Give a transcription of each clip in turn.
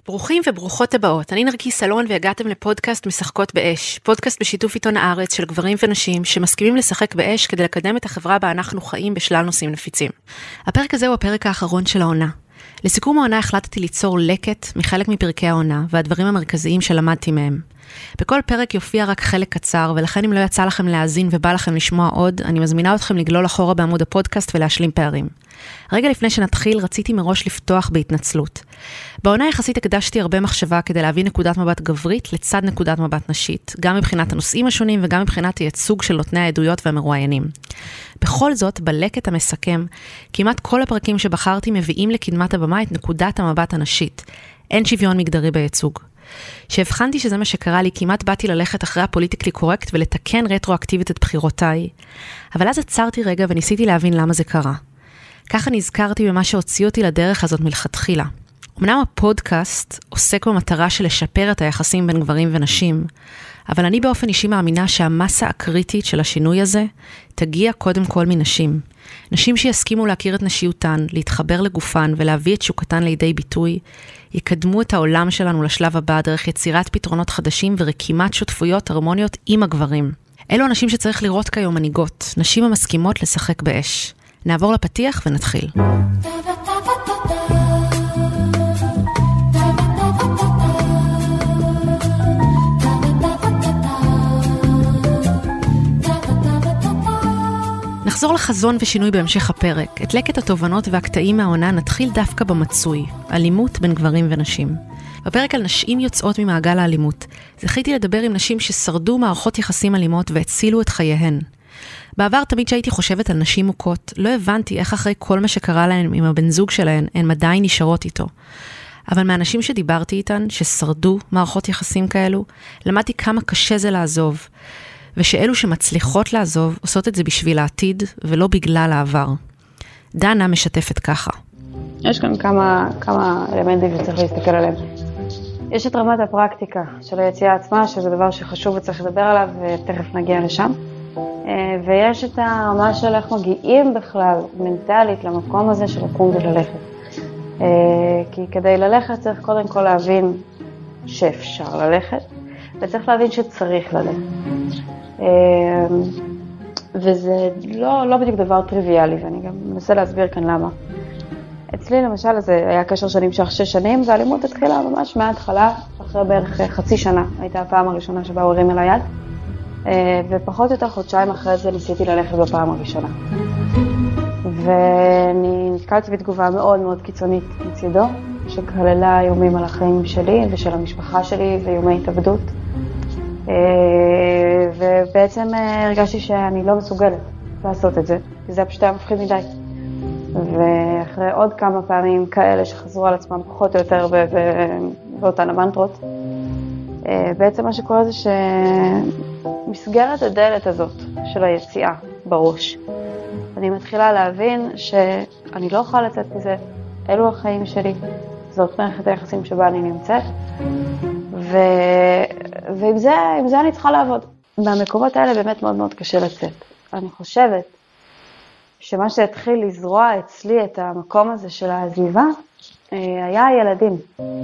ברוכים וברוכות הבאות, אני נרקיס סלון והגעתם לפודקאסט משחקות באש, פודקאסט בשיתוף עיתון הארץ של גברים ונשים שמסכימים לשחק באש כדי לקדם את החברה בה אנחנו חיים בשלל נושאים נפיצים. הפרק הזה הוא הפרק האחרון של העונה. לסיכום העונה החלטתי ליצור לקט מחלק מפרקי העונה והדברים המרכזיים שלמדתי מהם. בכל פרק יופיע רק חלק קצר, ולכן אם לא יצא לכם להאזין ובא לכם לשמוע עוד, אני מזמינה אתכם לגלול אחורה בעמוד הפודקאסט ולהשלים פערים. רגע לפני שנתחיל, רציתי מראש לפתוח בהתנצלות. בעונה יחסית הקדשתי הרבה מחשבה כדי להביא נקודת מבט גברית לצד נקודת מבט נשית, גם מבחינת הנושאים השונים וגם מבחינת הייצוג של נותני העדויות והמרואיינים. בכל זאת, בלקט המסכם, כמעט כל הפרקים שבחרתי מביאים לקדמת הבמה את נקודת המבט הנשית. אין שוויון מגדרי בייצוג. שהבחנתי שזה מה שקרה לי, כמעט באתי ללכת אחרי הפוליטיקלי קורקט ולתקן רטרואקטיבית את בחירותיי. אבל אז עצרתי רגע וניסיתי להבין למה זה קרה. ככה נזכרתי במה שהוציא אותי לדרך הזאת מלכתחילה. אמנם הפודקאסט עוסק במטרה של לשפר את היחסים בין גברים ונשים, אבל אני באופן אישי מאמינה שהמסה הקריטית של השינוי הזה תגיע קודם כל מנשים. נשים שיסכימו להכיר את נשיותן, להתחבר לגופן ולהביא את שוקתן לידי ביטוי, יקדמו את העולם שלנו לשלב הבא דרך יצירת פתרונות חדשים ורקימת שותפויות הרמוניות עם הגברים. אלו אנשים שצריך לראות כיום מנהיגות, נשים המסכימות לשחק באש. נעבור לפתיח ונתחיל. נחזור לחזון ושינוי בהמשך הפרק. את לקט התובנות והקטעים מהעונה נתחיל דווקא במצוי, אלימות בין גברים ונשים. בפרק על נשים יוצאות ממעגל האלימות, זכיתי לדבר עם נשים ששרדו מערכות יחסים אלימות והצילו את חייהן. בעבר תמיד שהייתי חושבת על נשים מוכות, לא הבנתי איך אחרי כל מה שקרה להן עם הבן זוג שלהן, הן עדיין נשארות איתו. אבל מהאנשים שדיברתי איתן, ששרדו מערכות יחסים כאלו, למדתי כמה קשה זה לעזוב, ושאלו שמצליחות לעזוב עושות את זה בשביל העתיד ולא בגלל העבר. דנה משתפת ככה. יש כאן כמה אלמנטים שצריך להסתכל עליהם. יש את רמת הפרקטיקה של היציאה עצמה, שזה דבר שחשוב וצריך לדבר עליו, ותכף נגיע לשם. ויש את הרמה של איך מגיעים בכלל מנטלית למקום הזה של לקום וללכת. כי כדי ללכת צריך קודם כל להבין שאפשר ללכת, וצריך להבין שצריך ללכת. וזה לא בדיוק דבר טריוויאלי, ואני גם מנסה להסביר כאן למה. אצלי למשל זה היה קשר שנמשך 6 שנים, והאלימות התחילה ממש מההתחלה, אחרי בערך חצי שנה, הייתה הפעם הראשונה שבה הוא הרים אל היד, ופחות או יותר חודשיים אחרי זה ניסיתי ללכת בפעם הראשונה. ואני נתקלתי בתגובה מאוד מאוד קיצונית מצידו, שכללה איומים על החיים שלי ושל המשפחה שלי ואיומי התאבדות. ובעצם הרגשתי שאני לא מסוגלת לעשות את זה, כי זה פשוט היה מפחיד מדי. ואחרי עוד כמה פעמים כאלה שחזרו על עצמם פחות או יותר באותן המנטרות, בעצם מה שקורה זה שמסגרת הדלת הזאת של היציאה בראש, אני מתחילה להבין שאני לא יכולה לצאת מזה, אלו החיים שלי, זאת מערכת היחסים שבה אני נמצאת, ועם זה אני צריכה לעבוד. מהמקומות האלה באמת מאוד מאוד קשה לצאת. אני חושבת שמה שהתחיל לזרוע אצלי את המקום הזה של העזיבה, היה הילדים.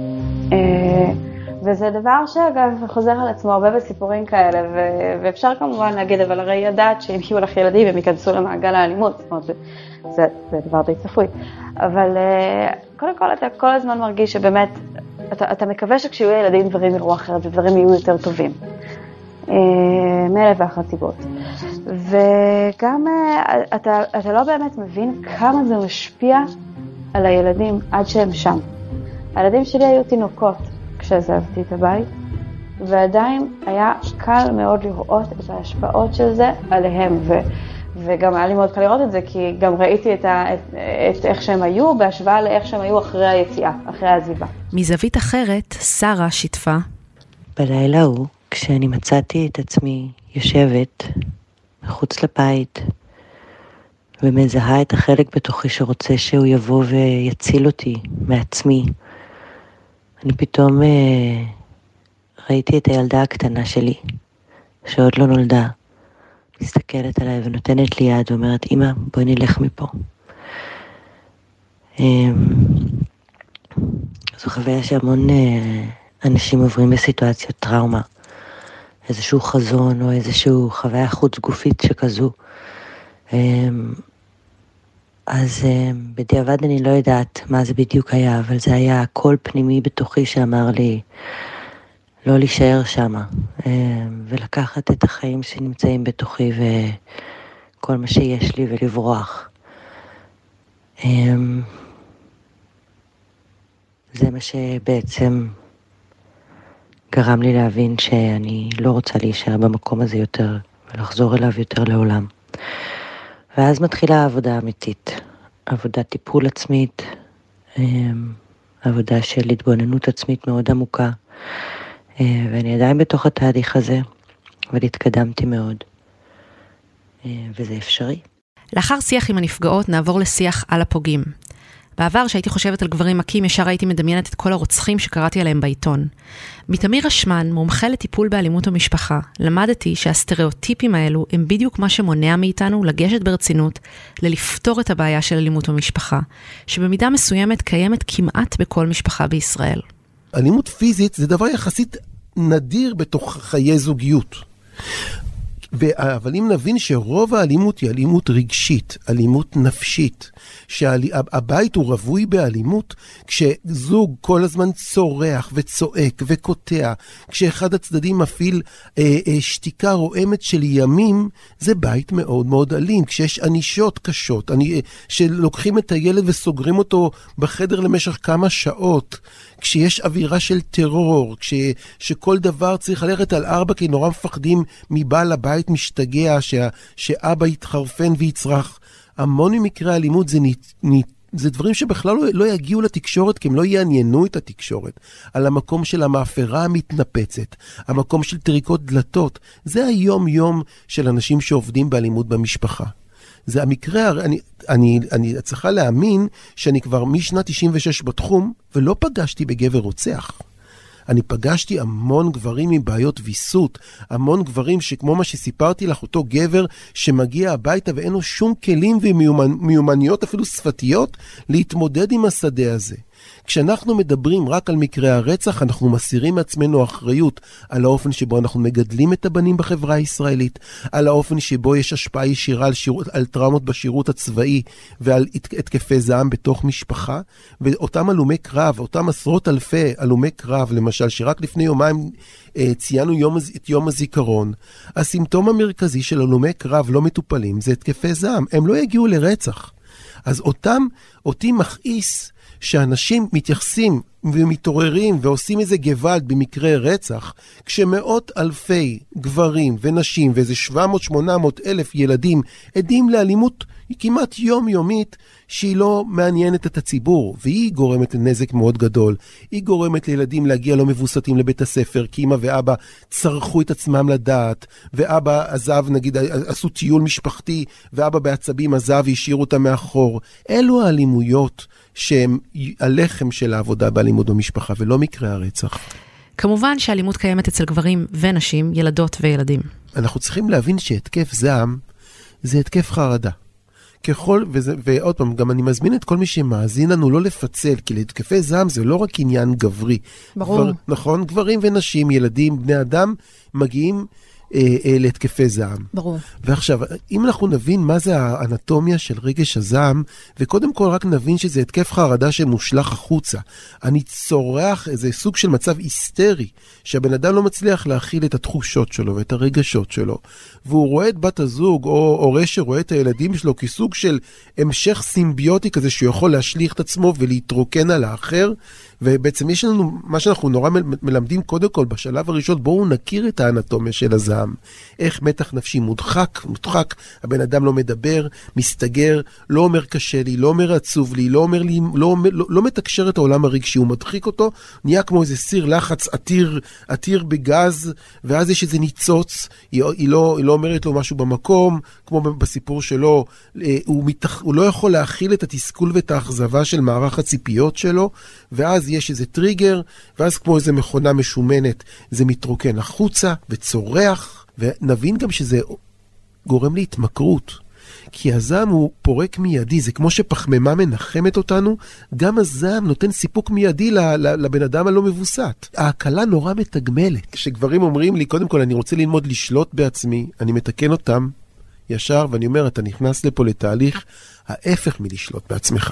וזה דבר שאגב חוזר על עצמו הרבה בסיפורים כאלה, ואפשר כמובן להגיד, אבל הרי ידעת שאם יהיו לך ילדים הם ייכנסו למעגל האלימות, זאת אומרת, זה דבר די צפוי. אבל קודם כל אתה כל הזמן מרגיש שבאמת, אתה מקווה שכשיהיו ילדים דברים יראו אחרת ודברים יהיו יותר טובים. מאלף ואחת סיבות. וגם אתה לא באמת מבין כמה זה משפיע על הילדים עד שהם שם. הילדים שלי היו תינוקות כשעזבתי את הבית, ועדיין היה קל מאוד לראות את ההשפעות של זה עליהם, וגם היה לי מאוד קל לראות את זה, כי גם ראיתי את איך שהם היו, בהשוואה לאיך שהם היו אחרי היציאה, אחרי העזיבה. מזווית אחרת, שרה שיתפה. בלילה הוא, כשאני מצאתי את עצמי יושבת מחוץ לבית, ומזהה את החלק בתוכי שרוצה שהוא יבוא ויציל אותי מעצמי, אני פתאום ראיתי את הילדה הקטנה שלי, שעוד לא נולדה, מסתכלת עליי ונותנת לי יד ואומרת, אמא, בואי נלך מפה. זו חוויה שהמון אנשים עוברים בסיטואציות טראומה. איזשהו חזון או איזשהו חוויה חוץ גופית שכזו. אז בדיעבד אני לא יודעת מה זה בדיוק היה, אבל זה היה קול פנימי בתוכי שאמר לי לא להישאר שמה, ולקחת את החיים שנמצאים בתוכי וכל מה שיש לי ולברוח. זה מה שבעצם גרם לי להבין שאני לא רוצה להישאר במקום הזה יותר ולחזור אליו יותר לעולם. ואז מתחילה העבודה האמיתית, עבודת טיפול עצמית, עבודה של התבוננות עצמית מאוד עמוקה, ואני עדיין בתוך התהליך הזה, אבל התקדמתי מאוד, וזה אפשרי. לאחר שיח עם הנפגעות נעבור לשיח על הפוגעים. בעבר שהייתי חושבת על גברים מכים, ישר הייתי מדמיינת את כל הרוצחים שקראתי עליהם בעיתון. מתמיר רשמן, מומחה לטיפול באלימות במשפחה, למדתי שהסטריאוטיפים האלו הם בדיוק מה שמונע מאיתנו לגשת ברצינות ללפתור את הבעיה של אלימות במשפחה, שבמידה מסוימת קיימת כמעט בכל משפחה בישראל. אלימות פיזית זה דבר יחסית נדיר בתוך חיי זוגיות. אבל אם נבין שרוב האלימות היא אלימות רגשית, אלימות נפשית, שהבית הוא רווי באלימות, כשזוג כל הזמן צורח וצועק וקוטע, כשאחד הצדדים מפעיל שתיקה רועמת של ימים, זה בית מאוד מאוד אלים. כשיש ענישות קשות, שלוקחים את הילד וסוגרים אותו בחדר למשך כמה שעות, כשיש אווירה של טרור, שכל דבר צריך ללכת על 4 כי נורא מפחדים מבעל הבית משתגע, שאבא יתחרפן ויצרח. המון ממקרי האלימות זה דברים שבכלל לא יגיעו לתקשורת, כי הם לא יעניינו את התקשורת. על המקום של המאפרה המתנפצת, המקום של טריקות דלתות. זה היום-יום של אנשים שעובדים באלימות במשפחה. זה המקרה, אני צריכה להאמין שאני כבר משנת 96 בתחום, ולא פגשתי בגבר רוצח. אני פגשתי המון גברים עם בעיות ויסות, המון גברים שכמו מה שסיפרתי לך, אותו גבר שמגיע הביתה ואין לו שום כלים ומיומנויות אפילו שפתיות להתמודד עם השדה הזה. כשאנחנו מדברים רק על מקרי הרצח, אנחנו מסירים מעצמנו אחריות על האופן שבו אנחנו מגדלים את הבנים בחברה הישראלית, על האופן שבו יש השפעה ישירה על טראומות בשירות הצבאי ועל התקפי זעם בתוך משפחה, ואותם הלומי קרב, אותם עשרות אלפי הלומי קרב, למשל, שרק לפני יומיים ציינו את יום הזיכרון, הסימפטום המרכזי של הלומי קרב לא מטופלים זה התקפי זעם, הם לא יגיעו לרצח. אז אותי מכעיס שאנשים מתייחסים ומתעוררים ועושים איזה גוואלד במקרה רצח, כשמאות אלפי גברים ונשים ואיזה 700-800 אלף ילדים עדים לאלימות כמעט יומיומית שהיא לא מעניינת את הציבור, והיא גורמת לנזק מאוד גדול. היא גורמת לילדים להגיע לא מבוסתים לבית הספר, כי אמא ואבא צרכו את עצמם לדעת, ואבא עזב, נגיד, עשו טיול משפחתי, ואבא בעצבים עזב והשאירו אותם מאחור. אלו האלימויות שהם הלחם של העבודה באלימות במשפחה, ולא מקרה הרצח. כמובן שהאלימות קיימת אצל גברים ונשים, ילדות וילדים. אנחנו צריכים להבין שהתקף זעם זה התקף חרדה. ועוד פעם, גם אני מזמין את כל מי שמאזין לנו לא לפצל, כי להתקפי זעם זה לא רק עניין גברי. ברור. נכון, גברים ונשים, ילדים, בני אדם, מגיעים להתקפי זעם. ברור. ועכשיו, אם אנחנו נבין מה זה האנטומיה של רגש הזעם, וקודם כל רק נבין שזה התקף חרדה שמושלח החוצה. אני צורח איזה סוג של מצב היסטרי, שהבן אדם לא מצליח להכיל את התחושות שלו ואת הרגשות שלו, והוא רואה את בת הזוג, או הורה שרואה את הילדים שלו, כסוג של המשך סימביוטי כזה, שהוא יכול להשליך את עצמו ולהתרוקן על האחר, ובעצם יש לנו, מה שאנחנו נורא מלמדים קודם כל, בשלב הראשון, בואו נכיר את האנטומיה של הזעם. איך מתח נפשי מודחק, הבן אדם לא מדבר, מסתגר, לא אומר קשה לי, לא אומר עצוב לי, לא מתקשר את העולם הרגשי, הוא מדחיק אותו, נהיה כמו איזה סיר לחץ עתיר בגז, ואז יש איזה ניצוץ, היא לא אומרת לו משהו במקום, כמו בסיפור שלו, הוא לא יכול להכיל את התסכול ואת האכזבה של מערך הציפיות שלו, ואז יש איזה טריגר, ואז כמו איזה מכונה משומנת, זה מתרוקן החוצה וצורח, ונבין גם שזה גורם להתמכרות. כי הזעם הוא פורק מיידי, זה כמו שפחמימה מנחמת אותנו, גם הזעם נותן סיפוק מיידי לבן אדם הלא מבוסת. ההקלה נורא מתגמלת. כשגברים אומרים לי, קודם כל אני רוצה ללמוד לשלוט בעצמי, אני מתקן אותם ישר, ואני אומר, אתה נכנס לפה לתהליך ההפך מלשלוט בעצמך.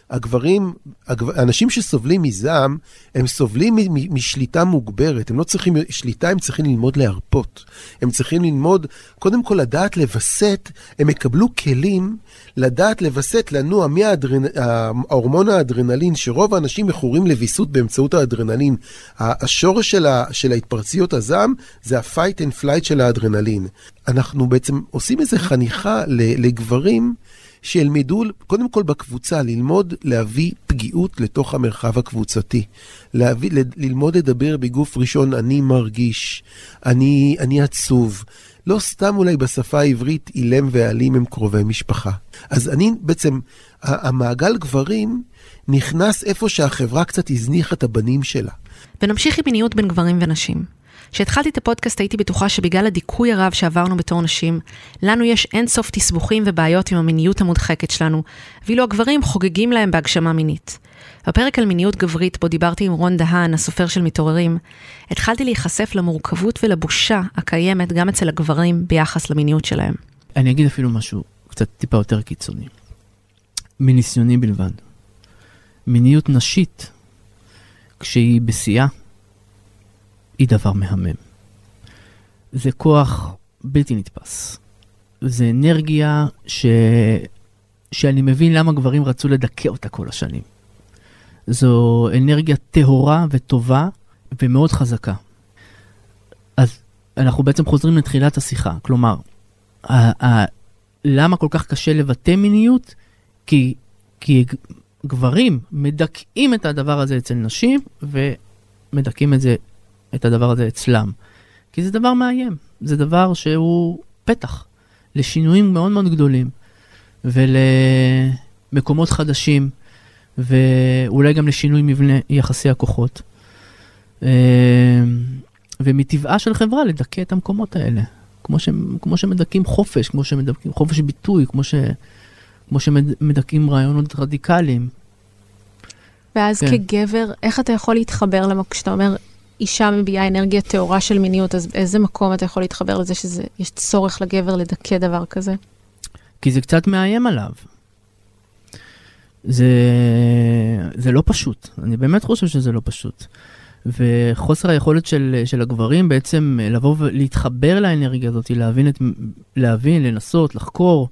אנשים שסובלים מזעם, הם סובלים משליטה מוגברת, הם לא צריכים שליטה, הם צריכים ללמוד להרפות. הם צריכים ללמוד, קודם כל לדעת לבסט, הם יקבלו כלים לדעת לבסט, לנוע מההורמון האדרנלין, שרוב האנשים מכורים לביסות באמצעות האדרנלין. השורש של ההתפרציות הזעם, זה ה-fight and flight של האדרנלין. אנחנו בעצם עושים איזו חניכה לגברים, שילמדו, קודם כל בקבוצה, ללמוד להביא פגיעות לתוך המרחב הקבוצתי. ללמוד לדבר בגוף ראשון, אני מרגיש, אני עצוב. לא סתם אולי בשפה העברית, אילם ואלים הם קרובי משפחה. אז אני בעצם, המעגל גברים נכנס איפה שהחברה קצת הזניחה את הבנים שלה. ונמשיך עם מיניות בין גברים ונשים. כשהתחלתי את הפודקאסט הייתי בטוחה שבגלל הדיכוי הרב שעברנו בתור נשים, לנו יש אין סוף תסבוכים ובעיות עם המיניות המודחקת שלנו, ואילו הגברים חוגגים להם בהגשמה מינית. בפרק על מיניות גברית בו דיברתי עם רון דהן, הסופר של מתעוררים, התחלתי להיחשף למורכבות ולבושה הקיימת גם אצל הגברים ביחס למיניות שלהם. אני אגיד אפילו משהו קצת טיפה יותר קיצוני. מניסיוני בלבד. מיניות נשית, כשהיא בשיאה, היא דבר מהמם. זה כוח בלתי נתפס. זה אנרגיה שאני מבין למה גברים רצו לדכא אותה כל השנים. זו אנרגיה טהורה וטובה ומאוד חזקה. אז אנחנו בעצם חוזרים לתחילת השיחה. כלומר, למה כל כך קשה לבטא מיניות? כי גברים מדכאים את הדבר הזה אצל נשים ומדכאים את הדבר הזה אצלם. כי זה דבר מאיים. זה דבר שהוא פתח לשינויים מאוד מאוד גדולים ולמקומות חדשים ואולי גם לשינוי מבנה יחסי הכוחות. ומטבעה של חברה לדכא את המקומות האלה. כמו שמדכאים חופש, כמו שמדכאים חופש ביטוי, כמו שמדכאים רעיונות רדיקליים. ואז כגבר, איך אתה יכול להתחבר כשאתה אומר, אישה מביאה אנרגיה טהורה של מיניות, אז באיזה מקום אתה יכול להתחבר לזה שיש צורך לגבר לדכא דבר כזה? כי זה קצת מאיים עליו. זה לא פשוט. אני באמת חושב שזה לא פשוט. וחוסר היכולת של הגברים בעצם לבוא ולהתחבר לאנרגיה הזאת, להבין, לנסות, לחקור,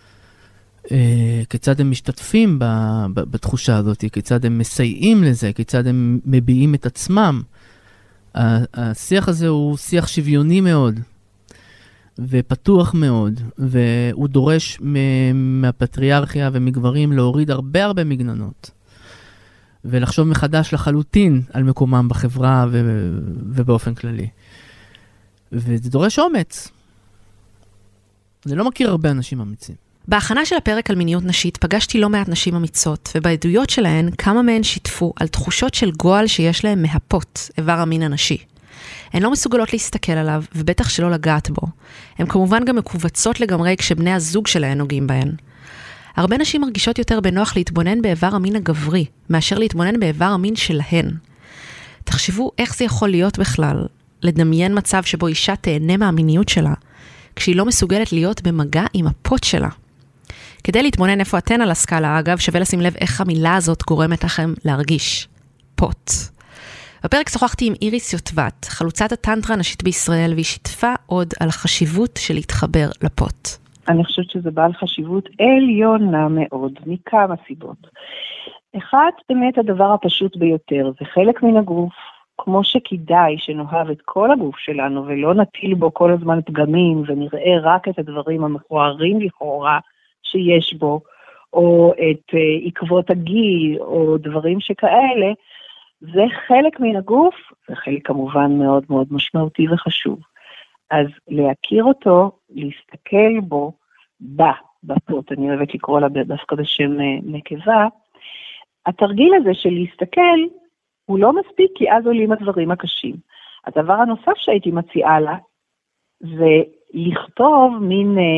כיצד הם משתתפים בתחושה הזאת, כיצד הם מסייעים לזה, כיצד הם מביעים את עצמם. השיח הזה הוא שיח שוויוני מאוד, ופתוח מאוד, והוא דורש מהפטריארכיה ומגברים להוריד הרבה מגננות, ולחשוב מחדש לחלוטין על מקומם בחברה ובאופן כללי. וזה דורש אומץ. זה לא מכיר הרבה אנשים אמיצים. בהכנה של הפרק על מיניות נשית פגשתי לא מעט נשים אמיצות, ובעדויות שלהן כמה מהן שיתפו על תחושות של גועל שיש להן מהפות, איבר המין הנשי. הן לא מסוגלות להסתכל עליו, ובטח שלא לגעת בו. הן כמובן גם מקובצות לגמרי כשבני הזוג שלהן נוגעים בהן. הרבה נשים מרגישות יותר בנוח להתבונן באיבר המין הגברי, מאשר להתבונן באיבר המין שלהן. תחשבו איך זה יכול להיות בכלל, לדמיין מצב שבו אישה תהנה מהמיניות שלה, כשהיא לא מסוגלת להיות במגע עם הפות שלה. כדי להתבונן איפה אתן על הסקאלה, אגב, שווה לשים לב איך המילה הזאת גורמת לכם להרגיש. פות. בפרק שוחחתי עם איריס יוטבת, חלוצת הטנטרה הנשית בישראל, והיא שיתפה עוד על החשיבות של להתחבר לפות. אני חושבת שזה בעל חשיבות עליונה מאוד, מכמה סיבות. אחד, באמת הדבר הפשוט ביותר, זה חלק מן הגוף, כמו שכדאי שנאהב את כל הגוף שלנו, ולא נטיל בו כל הזמן פגמים, ונראה רק את הדברים המכוערים לכאורה שיש בו, או את עקבות הגיל, או דברים שכאלה, זה חלק מן הגוף, זה חלק כמובן מאוד מאוד משמעותי וחשוב. אז להכיר אותו, להסתכל בו, בפות, אני אוהבת לקרוא לה דווקא בשם נקבה, התרגיל הזה של להסתכל, הוא לא מספיק כי אז עולים הדברים הקשים. הדבר הנוסף שהייתי מציעה לה, זה לכתוב מין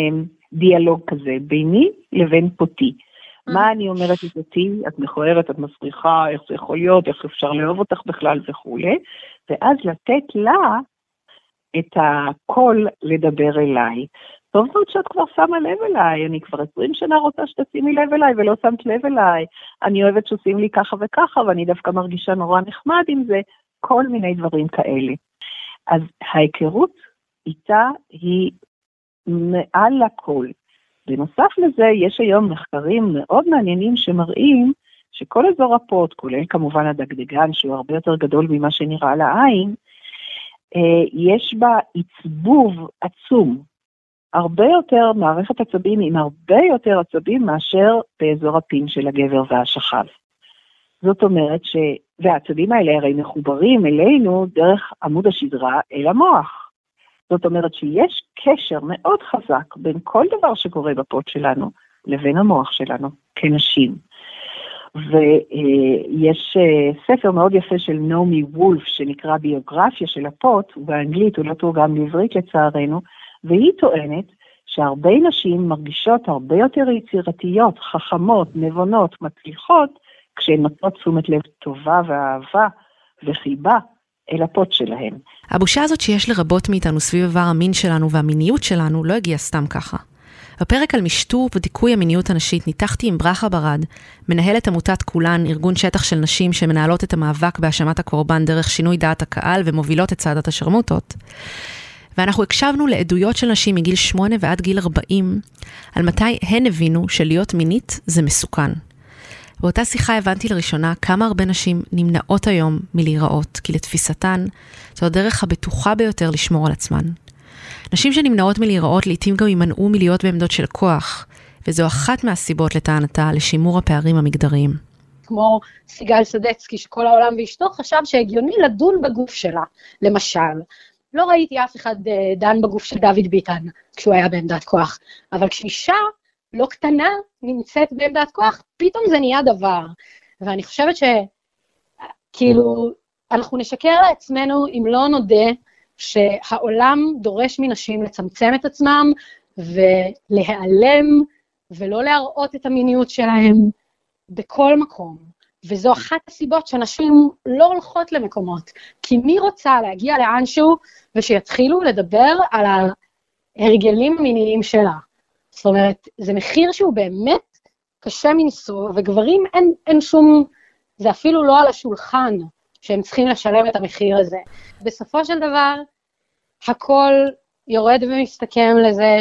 דיאלוג כזה ביני לבין פותי. מה אני אומרת את אותי? את מכוערת, את מסריחה, איך זה יכול להיות, איך אפשר לאהוב אותך בכלל וכו'. ואז לתת לה את הקול לדבר אליי. טוב מאוד שאת כבר שמה לב אליי, אני כבר 20 שנה רוצה שתשימי לב אליי ולא שמת לב אליי. אני אוהבת שעושים לי ככה וככה, ואני דווקא מרגישה נורא נחמד עם זה, כל מיני דברים כאלה. אז ההיכרות איתה היא מעל הכל. בנוסף לזה, יש היום מחקרים מאוד מעניינים שמראים שכל אזור הפות, כולל כמובן הדגדגן, שהוא הרבה יותר גדול ממה שנראה לעין, יש בה עצבוב עצום, הרבה יותר מערכת עצבים עם הרבה יותר עצבים מאשר באזור הפין של הגבר והשכב. זאת אומרת והעצבים האלה הרי מחוברים אלינו דרך עמוד השדרה אל המוח. זאת אומרת שיש קשר מאוד חזק בין כל דבר שקורה בפות שלנו לבין המוח שלנו כנשים. ויש ספר מאוד יפה של נעמי וולף שנקרא ביוגרפיה של הפות, ובאנגלית הוא לא תורגם לעברית לצערנו, והיא טוענת שהרבה נשים מרגישות הרבה יותר יצירתיות, חכמות, נבונות, מצליחות, כשהן נותנות תשומת לב טובה ואהבה וחיבה אל הפות שלהן. הבושה הזאת שיש לרבות מאיתנו סביב איבר המין שלנו והמיניות שלנו לא הגיעה סתם ככה. בפרק על משטור ודיכוי המיניות הנשית ניתחתי עם ברכה ברד, מנהלת עמותת כולן, ארגון שטח של נשים שמנהלות את המאבק בהאשמת הקורבן דרך שינוי דעת הקהל ומובילות את צעדת השרמוטות. ואנחנו הקשבנו לעדויות של נשים מגיל 8 ועד גיל 40, על מתי הן הבינו שלהיות מינית זה מסוכן. באותה שיחה הבנתי לראשונה כמה הרבה נשים נמנעות היום מלהיראות, כי לתפיסתן זו הדרך הבטוחה ביותר לשמור על עצמן. נשים שנמנעות מלהיראות לעתים גם יימנעו מלהיות בעמדות של כוח, וזו אחת מהסיבות לטענתה לשימור הפערים המגדריים. כמו סיגל סדצקי, שכל העולם ואשתו חשב שהגיוני לדון בגוף שלה. למשל, לא ראיתי אף אחד דן בגוף של דוד ביטן כשהוא היה בעמדת כוח, אבל כשאישה לא קטנה נמצאת בעמדת כוח, פתאום זה נהיה דבר. ואני חושבת שכאילו אנחנו נשקר לעצמנו אם לא נודה שהעולם דורש מנשים לצמצם את עצמם ולהיעלם ולא להראות את המיניות שלהם בכל מקום. וזו אחת הסיבות שנשים לא הולכות למקומות. כי מי רוצה להגיע לאנשהו ושיתחילו לדבר על ההרגלים המיניים שלה? זאת אומרת, זה מחיר שהוא באמת קשה מניסוי, וגברים אין שום, זה אפילו לא על השולחן שהם צריכים לשלם את המחיר הזה. בסופו של דבר, הכל יורד ומסתכם לזה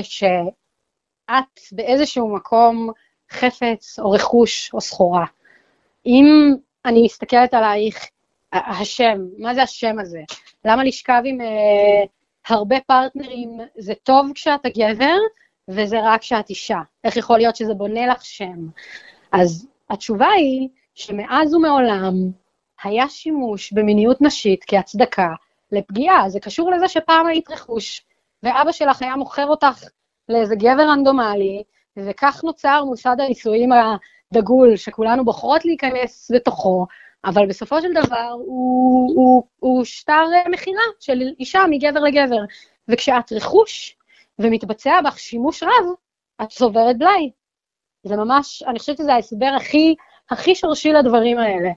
שאת באיזשהו מקום חפץ או רכוש או סחורה. אם אני מסתכלת עלייך, השם, מה זה השם הזה? למה לשכב עם הרבה פרטנרים? זה טוב כשאת הגבר, וזה רק כשאת אישה. איך יכול להיות שזה בונה לך שם? אז התשובה היא שמאז ומעולם היה שימוש במיניות נשית כהצדקה לפגיעה. זה קשור לזה שפעם היית רכוש, ואבא שלך היה מוכר אותך לאיזה גבר רנדומלי, וכך נוצר מוסד הנישואים הדגול, שכולנו בוחרות להיכנס בתוכו, אבל בסופו של דבר הוא שטר מחירה של אישה מגבר לגבר. וכשאת רכוש, ומתבצע בך שימוש רב, את סוברת בלי. זה ממש, אני חושבת שזה ההסבר הכי שורשי לדברים האלה.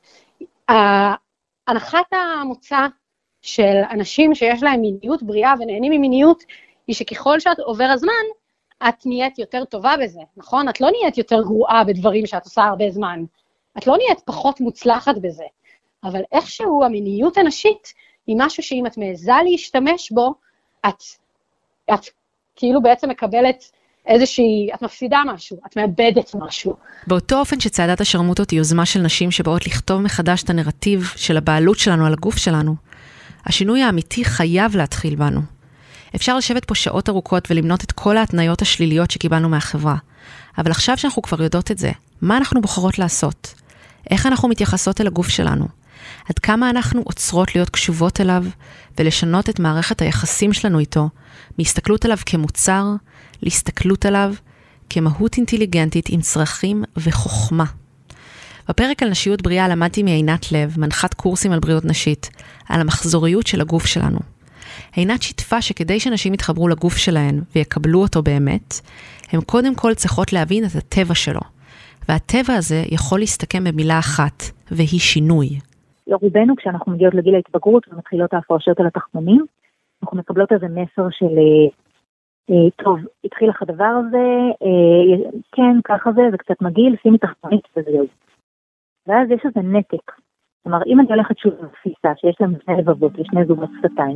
הנחת המוצא של אנשים שיש להם מיניות בריאה ונהנים ממיניות, היא שככל שאת עובר הזמן, את נהיית יותר טובה בזה, נכון? את לא נהיית יותר גרועה בדברים שאת עושה הרבה זמן. את לא נהיית פחות מוצלחת בזה. אבל איכשהו המיניות הנשית היא משהו שאם את מעזה להשתמש בו, את כאילו בעצם מקבלת את מפסידה משהו, את מאבדת משהו. באותו אופן שצעדת השרמוטות היא יוזמה של נשים שבאות לכתוב מחדש את הנרטיב של הבעלות שלנו על הגוף שלנו, השינוי האמיתי חייב להתחיל בנו. אפשר לשבת פה שעות ארוכות ולמנות את כל ההתניות השליליות שקיבלנו מהחברה. אבל עכשיו שאנחנו כבר יודעות את זה, מה אנחנו בוחרות לעשות? איך אנחנו מתייחסות אל הגוף שלנו? עד כמה אנחנו עוצרות להיות קשובות אליו ולשנות את מערכת היחסים שלנו איתו, מהסתכלות עליו כמוצר, להסתכלות עליו כמהות אינטליגנטית עם צרכים וחוכמה. בפרק על נשיות בריאה למדתי מעינת לב, מנחת קורסים על בריאות נשית, על המחזוריות של הגוף שלנו. עינת שיתפה שכדי שנשים יתחברו לגוף שלהן ויקבלו אותו באמת, הן קודם כל צריכות להבין את הטבע שלו. והטבע הזה יכול להסתכם במילה אחת, והיא שינוי. לרובנו, כשאנחנו מגיעות לגיל ההתבגרות ומתחילות ההפרשות על התחתונים, אנחנו מקבלות איזה מסר של, טוב, התחיל לך הדבר הזה, כן, ככה זה קצת מגעיל, שימי תחתונית וזהו. ואז יש איזה נתק. כלומר, אם אני הולכת שוב לתפיסה שיש להם שני לבבות ושני זוגות שפתיים,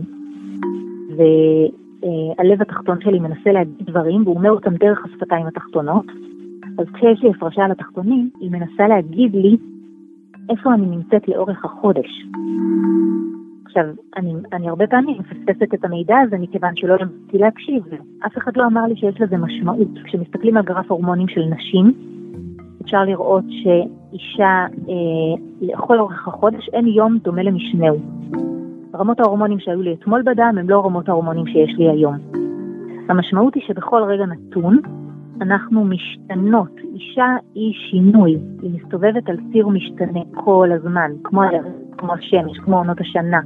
והלב התחתון שלי מנסה להגיד דברים, והוא אומר אותם דרך השפתיים התחתונות, אז כשיש לי הפרשה על התחתונים, היא מנסה להגיד לי איפה אני נמצאת לאורך החודש. עכשיו, אני הרבה פעמים מפספסת את המידע הזה, מכיוון שלא למדתי להקשיב. אף אחד לא אמר לי שיש לזה משמעות. כשמסתכלים על גרף הורמונים של נשים, אפשר לראות שאישה לכל אורך החודש אין יום דומה למשנהו. רמות ההורמונים שהיו לי אתמול בדם הם לא רמות ההורמונים שיש לי היום. המשמעות היא שבכל רגע נתון אנחנו משתנות. אישה היא שינוי, היא מסתובבת על ציר משתנה כל הזמן, כמו השמש, כמו עונות השנה.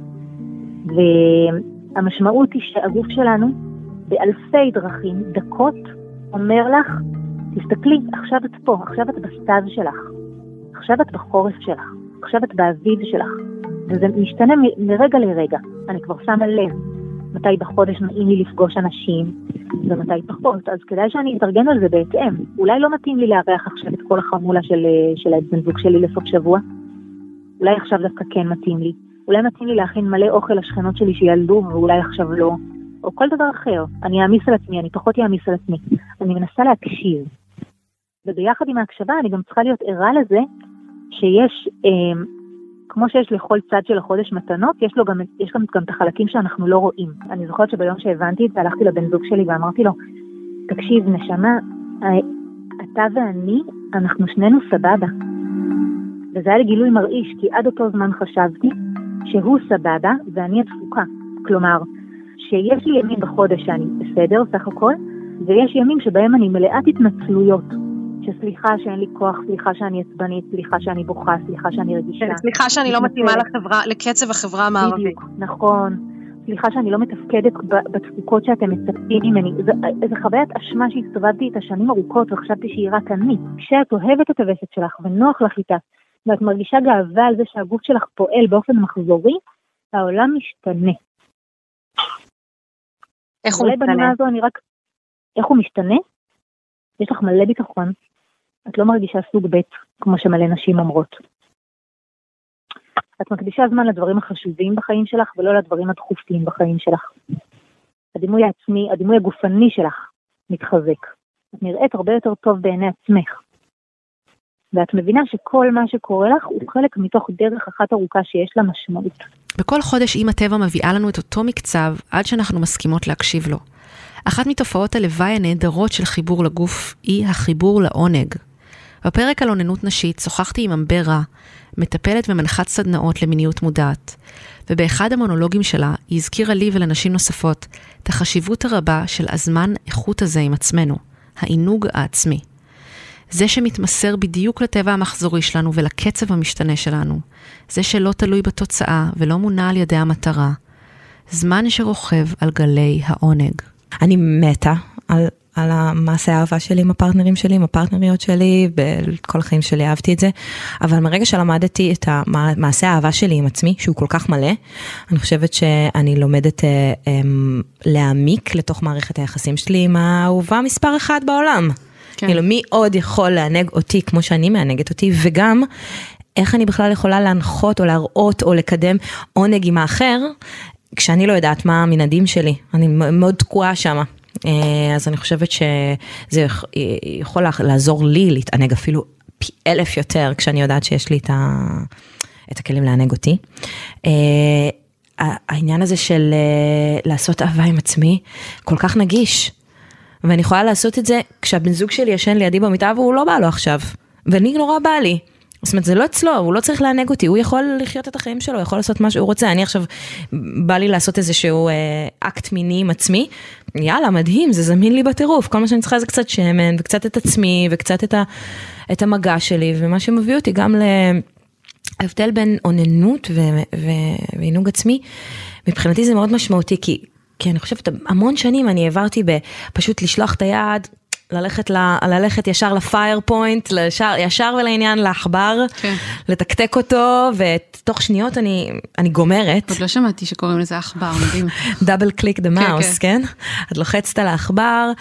והמשמעות היא שהגוף שלנו באלפי דרכים, דקות, אומר לך, תסתכלי, עכשיו את פה, עכשיו את בסתיו שלך, עכשיו את בחורף שלך, עכשיו את באביב שלך. וזה משתנה מרגע לרגע. אני כבר שמה לב מתי בחודש נעים לי לפגוש אנשים, ומתי פחות. אז כדאי שאני אתארגן על זה בהתאם. אולי לא מתאים לי לארח עכשיו את כל החמולה של הבן זוג שלי לסוף שבוע. אולי עכשיו דווקא כן מתאים לי. אולי מתאים לי להכין מלא אוכל לשכנות שלי שילדו, ואולי עכשיו לא. או כל דבר אחר. אני אעמיס על עצמי, אני פחות אעמיס על עצמי. אני מנסה להקשיב. וביחד עם ההקשבה אני גם צריכה להיות ערה לזה, שיש, כמו שיש לכל צד של החודש מתנות, יש גם את החלקים שאנחנו לא רואים. אני זוכרת שביום שהבנתי את זה, הלכתי לבן זוג שלי ואמרתי לו, תקשיב, נשמה, אתה ואני, אנחנו שנינו סבבה. וזה היה לי גילוי מרעיש, כי עד אותו זמן חשבתי שהוא סבבה ואני הדפוקה. כלומר, שיש לי ימים בחודש שאני בסדר, סך הכל, ויש ימים שבהם אני מלאת התנצלויות. שסליחה שאין לי כוח, סליחה שאני עצבנית, סליחה שאני בוכה, סליחה שאני רגישה. סליחה שאני לא מתאימה לקצב החברה המערבית. בדיוק, נכון. סליחה שאני לא מתפקדת בתפוקות שאתם מצפים ממני. איזו חוויית אשמה שהסתובבתי את השנים ארוכות וחשבתי שהיא רק אני. כשאת אוהבת את הווסת שלך ונוח לך איתה, ואת מרגישה גאווה על זה שהגוף שלך פועל באופן מחזורי, העולם משתנה. איך הוא משתנה? איך הוא משתנה? יש לך מלא ביטחון. את לא מרגישה סוג ב' כמו שמלא נשים אומרות. את מקדישה זמן לדברים החשובים בחיים שלך ולא לדברים הדחופים בחיים שלך. הדימוי העצמי, הדימוי הגופני שלך מתחזק. את נראית הרבה יותר טוב בעיני עצמך. ואת מבינה שכל מה שקורה לך הוא חלק מתוך דרך אחת ארוכה שיש לה משמעות. בכל חודש אם הטבע מביאה לנו את אותו מקצב עד שאנחנו מסכימות להקשיב לו. אחת מתופעות הלוואי הנהדרות של חיבור לגוף היא החיבור לעונג. בפרק על אוננות נשית שוחחתי עם אמברה, מטפלת ומנחת סדנאות למיניות מודעת, ובאחד המונולוגים שלה היא הזכירה לי ולנשים נוספות את החשיבות הרבה של הזמן איכות הזה עם עצמנו, העינוג העצמי. זה שמתמסר בדיוק לטבע המחזורי שלנו ולקצב המשתנה שלנו, זה שלא תלוי בתוצאה ולא מונע על ידי המטרה, זמן שרוכב על גלי העונג. אני מתה על המעשה האהבה שלי עם הפרטנרים שלי, עם הפרטנריות שלי, בכל החיים שלי אהבתי את זה, אבל מרגע שלמדתי את המעשה האהבה שלי עם עצמי, שהוא כל כך מלא, אני חושבת שאני לומדת להעמיק לתוך מערכת היחסים שלי עם האהובה מספר אחד בעולם. כן. כאילו, מי עוד יכול לענג אותי כמו שאני מענגת אותי, וגם איך אני בכלל יכולה להנחות או להראות או לקדם עונג עם האחר, כשאני לא יודעת מה המנהדים שלי, אני מאוד תקועה שם. אז אני חושבת שזה יכול לעזור לי להתענג אפילו פי 1000 יותר, כשאני יודעת שיש לי את הכלים לענג אותי. העניין הזה של לעשות אהבה עם עצמי, כל כך נגיש. ואני יכולה לעשות את זה כשהבן זוג שלי ישן לידי במיטה, והוא לא בא לו עכשיו. ואני נורא בא לי. זאת אומרת, זה לא אצלו, הוא לא צריך לענג אותי, הוא יכול לחיות את החיים שלו, יכול לעשות מה שהוא רוצה. אני עכשיו, בא לי לעשות איזשהו אקט מיני עם עצמי, יאללה, מדהים, זה זמין לי בטירוף, כל מה שאני צריכה זה קצת שמן, וקצת את עצמי, וקצת את המגע שלי, ומה שמביא אותי גם להבדל בין אוננות ועינוג עצמי, מבחינתי זה מאוד משמעותי, כי אני חושבת, המון שנים אני העברתי פשוט לשלוח את היד, ללכת ישר לפייר פוינט, ישר ולעניין לעכבר, לתקתק אותו, ותוך שניות אני גומרת. עוד לא שמעתי שקוראים לזה עכבר, מדהים. דאבל קליק דה מאוס, כן? את לוחצת על העכבר,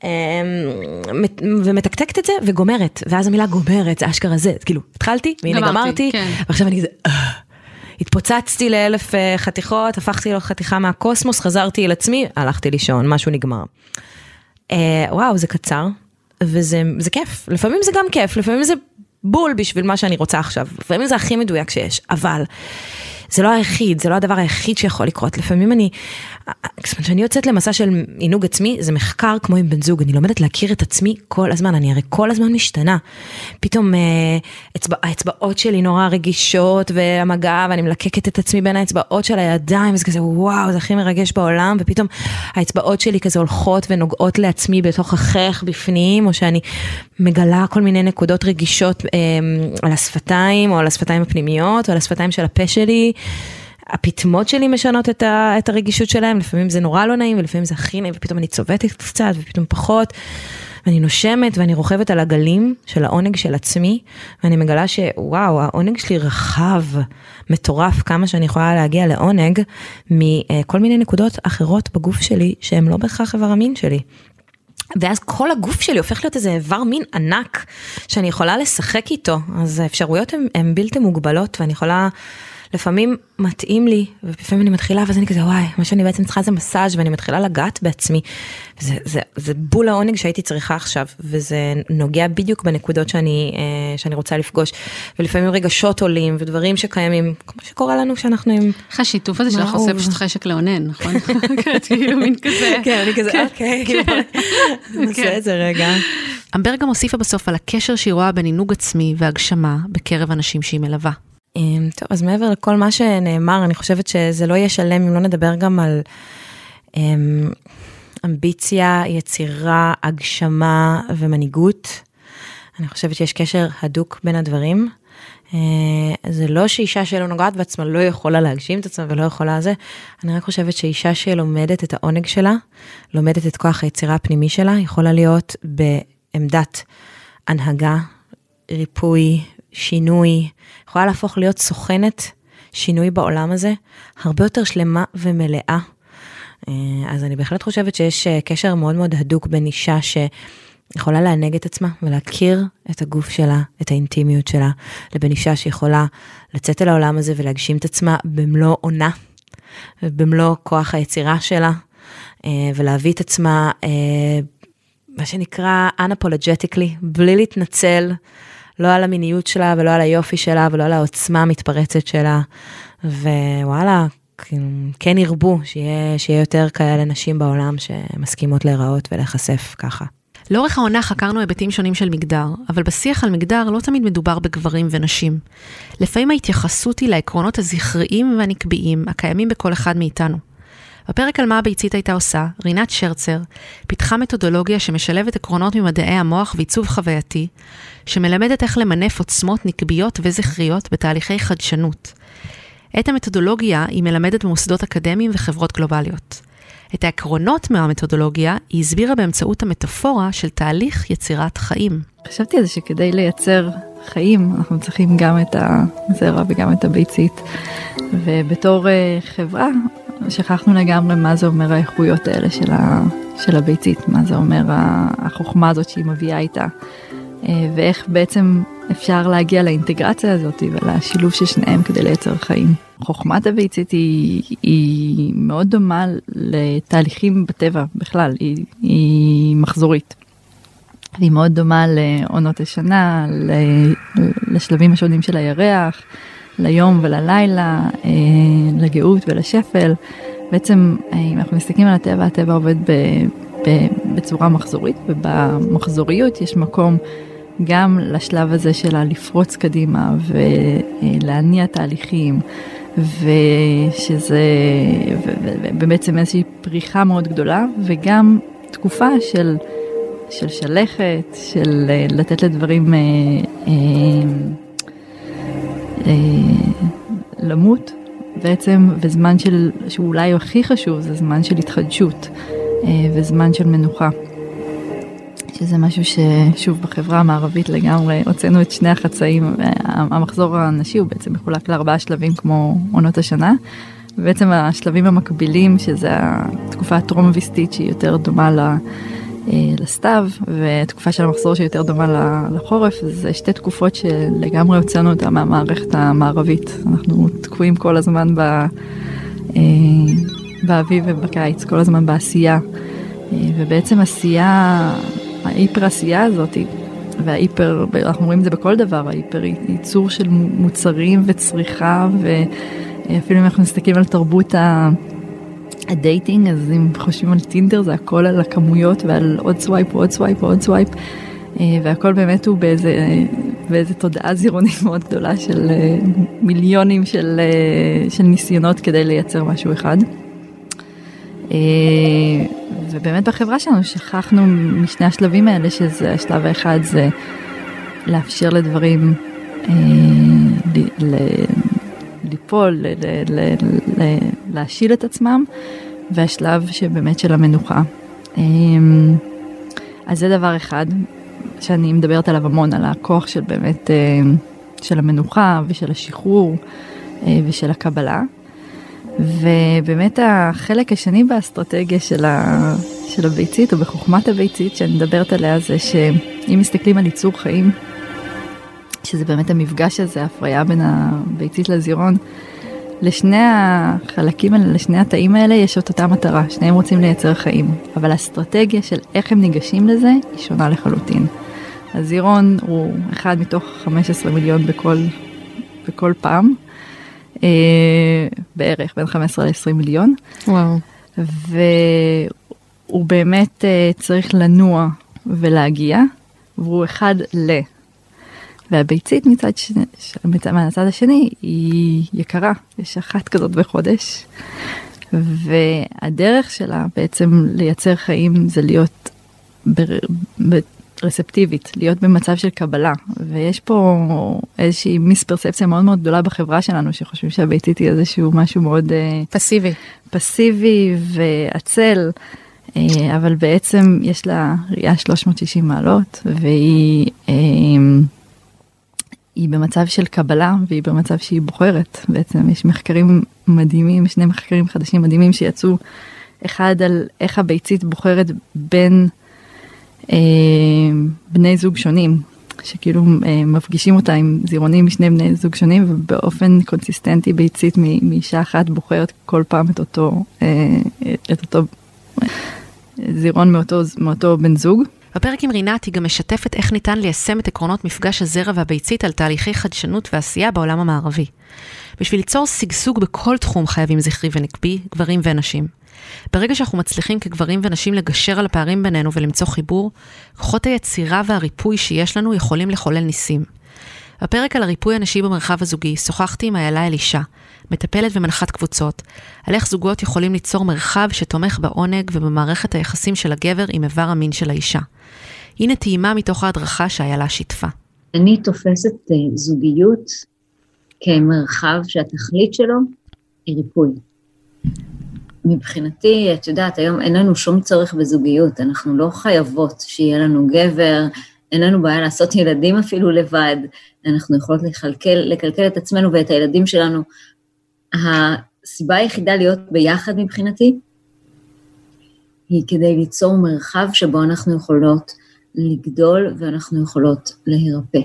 ומתקתקת את זה, וגומרת. ואז המילה גומרת, זה אשכרה זה. כאילו, התחלתי, והנה גמרתי, ועכשיו אני כזה, התפוצצתי ל1000 חתיכות, הפכתי לו חתיכה מהקוסמוס, חזרתי אל עצמי, הלכתי לישון, משהו נגמר. וואו, זה קצר, וזה כיף. לפעמים זה גם כיף, לפעמים זה בול בשביל מה שאני רוצה עכשיו. לפעמים זה הכי מדויק שיש, אבל זה לא היחיד, זה לא הדבר היחיד שיכול לקרות. לפעמים כשאני יוצאת למסע של עינוג עצמי, זה מחקר כמו עם בן זוג, אני לומדת להכיר את עצמי כל הזמן, אני הרי כל הזמן משתנה. פתאום האצבעות שלי נורא רגישות, והמגע, ואני מלקקת את עצמי בין האצבעות של הידיים, וזה כזה וואו, זה הכי מרגש בעולם, ופתאום האצבעות שלי כזה הולכות ונוגעות לעצמי בתוך החך בפנים, או שאני מגלה כל מיני נקודות רגישות על השפתיים, או על השפתיים הפנימיות, או על השפתיים של הפה שלי, הפתמות שלי משנות את הרגישות שלהם, לפעמים זה נורא לא נעים, ולפעמים זה הכי נעים, ופתאום אני צובטת קצת, ופתאום פחות, ואני נושמת, ואני רוכבת על הגלים של העונג של עצמי, ואני מגלה שוואו, העונג שלי רחב, מטורף, כמה שאני יכולה להגיע לעונג, מכל מיני נקודות אחרות בגוף שלי, שהן לא בהכרח איבר המין שלי. ואז כל הגוף שלי הופך להיות איזה איבר מין ענק, שאני יכולה לשחק איתו, אז האפשרויות הן בלתי מוגבלות, ואני יכולה, לפעמים מתאים לי, ולפעמים אני מתחילה, ואז אני כזה, וואי, מה שאני בעצם צריכה זה מסאז' ואני מתחילה לגעת בעצמי, זה בול העונג שהייתי צריכה עכשיו, וזה נוגע בדיוק בנקודות שאני רוצה לפגוש, ולפעמים רגשות עולים, ודברים שקיימים, כמו שקורה לנו כשאנחנו עם... איך השיתוף הזה שלך עושה פשוט חשק לעונן, נכון? כאילו מין כזה. כן, אני כזה, אוקיי, נעשה את זה רגע. אמבר גם הוסיפה בסוף על הקשר שהיא רואה בין עינוג עצמי והגשמה בקרב אנשים שהיא מלווה. טוב, אז מעבר לכל מה שנאמר, אני חושבת שזה לא יהיה שלם אם לא נדבר גם על אמביציה, יצירה, הגשמה ומנהיגות. אני חושבת שיש קשר הדוק בין הדברים. זה לא שאישה שלא נוגעת בעצמה לא יכולה להגשים את עצמה ולא יכולה זה. אני רק חושבת שאישה שלומדת את העונג שלה, לומדת את כוח היצירה הפנימי שלה, יכולה להיות בעמדת הנהגה, ריפוי, שינוי, יכולה להפוך להיות סוכנת שינוי בעולם הזה, הרבה יותר שלמה ומלאה. אז אני בהחלט חושבת שיש קשר מאוד מאוד הדוק בין אישה שיכולה להנהג את עצמה ולהכיר את הגוף שלה, את האינטימיות שלה, לבין אישה שיכולה לצאת אל העולם הזה ולהגשים את עצמה במלוא עונה, במלוא כוח היצירה שלה, ולהביא את עצמה, מה שנקרא unapologetically, בלי להתנצל, לא על המיניות שלה, ולא על היופי שלה, ולא על העוצמה המתפרצת שלה, ווואלה, כן ירבו, שיהיה יותר כאלה נשים בעולם, שמסכימות להיראות ולהיחשף ככה. לאורך העונה חקרנו היבטים שונים של מגדר, אבל בשיח על מגדר לא תמיד מדובר בגברים ונשים. לפעמים ההתייחסות היא לעקרונות הזכריים והנקביים, הקיימים בכל אחד מאיתנו. בפרק על מה הביצית הייתה עושה, רינת שרצר פיתחה מתודולוגיה שמשלבת עקרונות ממדעי המוח ועיצוב חווייתי, שמלמדת איך למנף עוצמות נקביות וזכריות בתהליכי חדשנות. את המתודולוגיה היא מלמדת במוסדות אקדמיים וחברות גלובליות. את העקרונות מהמתודולוגיה היא הסבירה באמצעות המטאפורה של תהליך יצירת חיים. חשבתי על זה שכדי לייצר חיים אנחנו צריכים גם את הזרע וגם את הביצית, ובתור חברה שכחנו לגמרי מה זה אומר האיכויות האלה של הביצית, מה זה אומר החוכמה הזאת שהיא מביאה איתה, ואיך בעצם אפשר להגיע לאינטגרציה הזאת ולשילוב של שניהם כדי לייצר חיים. חוכמת הביצית היא מאוד דומה לתהליכים בטבע בכלל, היא מחזורית. היא מאוד דומה לעונות השנה, לשלבים השונים של הירח, ליום וללילה, לגאות ולשפל. בעצם אם אנחנו מסתכלים על הטבע, הטבע עובד בצורה מחזורית, ובמחזוריות יש מקום גם לשלב הזה שלה לפרוץ קדימה ולהניע תהליכים, ושזה בעצם איזושהי פריחה מאוד גדולה, וגם תקופה של שלכת, של לתת לדברים למות בעצם, וזמן שאולי הכי חשוב, זה זמן של התחדשות, וזמן של מנוחה. שזה משהו ששוב בחברה המערבית לגמרי, הוצאנו את שני החצאים, המחזור הנשי הוא בעצם מחולק ל4 שלבים כמו עונות השנה, ובעצם השלבים המקבילים, שזה התקופה הטרום-ויסטית שהיא יותר דומה לסתיו, ותקופה של המחזור שהיא יותר דומה לחורף, זה שתי תקופות שלגמרי הוצאנו אותה מהמערכת המערבית. אנחנו תקועים כל הזמן באביב ובקיץ, כל הזמן בעשייה, ובעצם עשייה, ההיפר עשייה הזאת, וההיפר, אנחנו רואים את זה בכל דבר, ההיפר ייצור של מוצרים וצריכה, ואפילו אם אנחנו מסתכלים על תרבות הדייטינג, אז אם חושבים על טינדר, זה הכל על הכמויות ועל עוד סווייפ, עוד סווייפ, עוד סווייפ, והכל באמת הוא באיזה תודעה זירונית מאוד גדולה של מיליונים של ניסיונות כדי לייצר משהו אחד. ובאמת בחברה שלנו שכחנו משני השלבים האלה, שזה השלב האחד זה לאפשר לדברים ליפול, להשיל את עצמם, והשלב שבאמת של המנוחה. אז זה דבר אחד שאני מדברת עליו המון, על הכוח של באמת, של המנוחה ושל השחרור ושל הקבלה. ובאמת החלק השני באסטרטגיה של הביצית, או בחוכמת הביצית שאני מדברת עליה, זה שאם מסתכלים על ייצור חיים, שזה באמת המפגש הזה, ההפריה בין הביצית לזירון, לשני החלקים האלה, לשני התאים האלה, יש אותה מטרה, שניהם רוצים לייצר חיים, אבל האסטרטגיה של איך הם ניגשים לזה, היא שונה לחלוטין. הזירון הוא 1 מתוך 15 מיליון בכל פעם, בערך בין 15 ל-20 מיליון. וואו. והוא באמת צריך לנוע ולהגיע, והוא אחד והביצית מהצד השני היא יקרה, יש אחת כזאת בחודש, והדרך שלה בעצם לייצר חיים זה להיות רספטיבית, להיות במצב של קבלה, ויש פה איזושהי מיספרספציה מאוד מאוד גדולה בחברה שלנו, שחושבים שהביצית היא איזשהו משהו מאוד פסיבי ועצל, אבל בעצם יש לה ראייה 360 מעלות, והיא במצב של קבלה, והיא במצב שהיא בוחרת. בעצם יש מחקרים מדהימים, שני מחקרים חדשים מדהימים שיצאו, אחד על איך הביצית בוחרת בין בני זוג שונים, שכאילו מפגישים אותה עם זירונים משני בני זוג שונים, ובאופן קונסיסטנטי ביצית מאישה אחת בוחרת כל פעם את אותו זירון מאותו בן זוג. בפרק עם רינת היא גם משתפת איך ניתן ליישם את עקרונות מפגש הזרע והביצית על תהליכי חדשנות ועשייה בעולם המערבי. בשביל ליצור סגסוג בכל תחום חייבים זכרי ונקבי, גברים ונשים. ברגע שאנחנו מצליחים כגברים ונשים לגשר על הפערים בינינו ולמצוא חיבור, כוחות היצירה והריפוי שיש לנו יכולים לחולל ניסים. בפרק על הריפוי הנשי במרחב הזוגי שוחחתי עם איילה אלישע, מטפלת ומנחת קבוצות, על איך זוגות יכולים ליצור מרחב שתומך בעונג ובמערכת היחסים של הגבר עם איבר המין של האישה. הנה טעימה מתוך ההדרכה שאיילה שיתפה. אני תופסת זוגיות כמרחב שהתכלית שלו היא ריפוי. מבחינתי, את יודעת, היום אין לנו שום צורך בזוגיות, אנחנו לא חייבות שיהיה לנו גבר, אין לנו בעיה לעשות ילדים אפילו לבד, אנחנו יכולות לקלקל את עצמנו ואת הילדים שלנו. הסיבה היחידה להיות ביחד מבחינתי, היא כדי ליצור מרחב שבו אנחנו יכולות לגדול ואנחנו יכולות להירפא.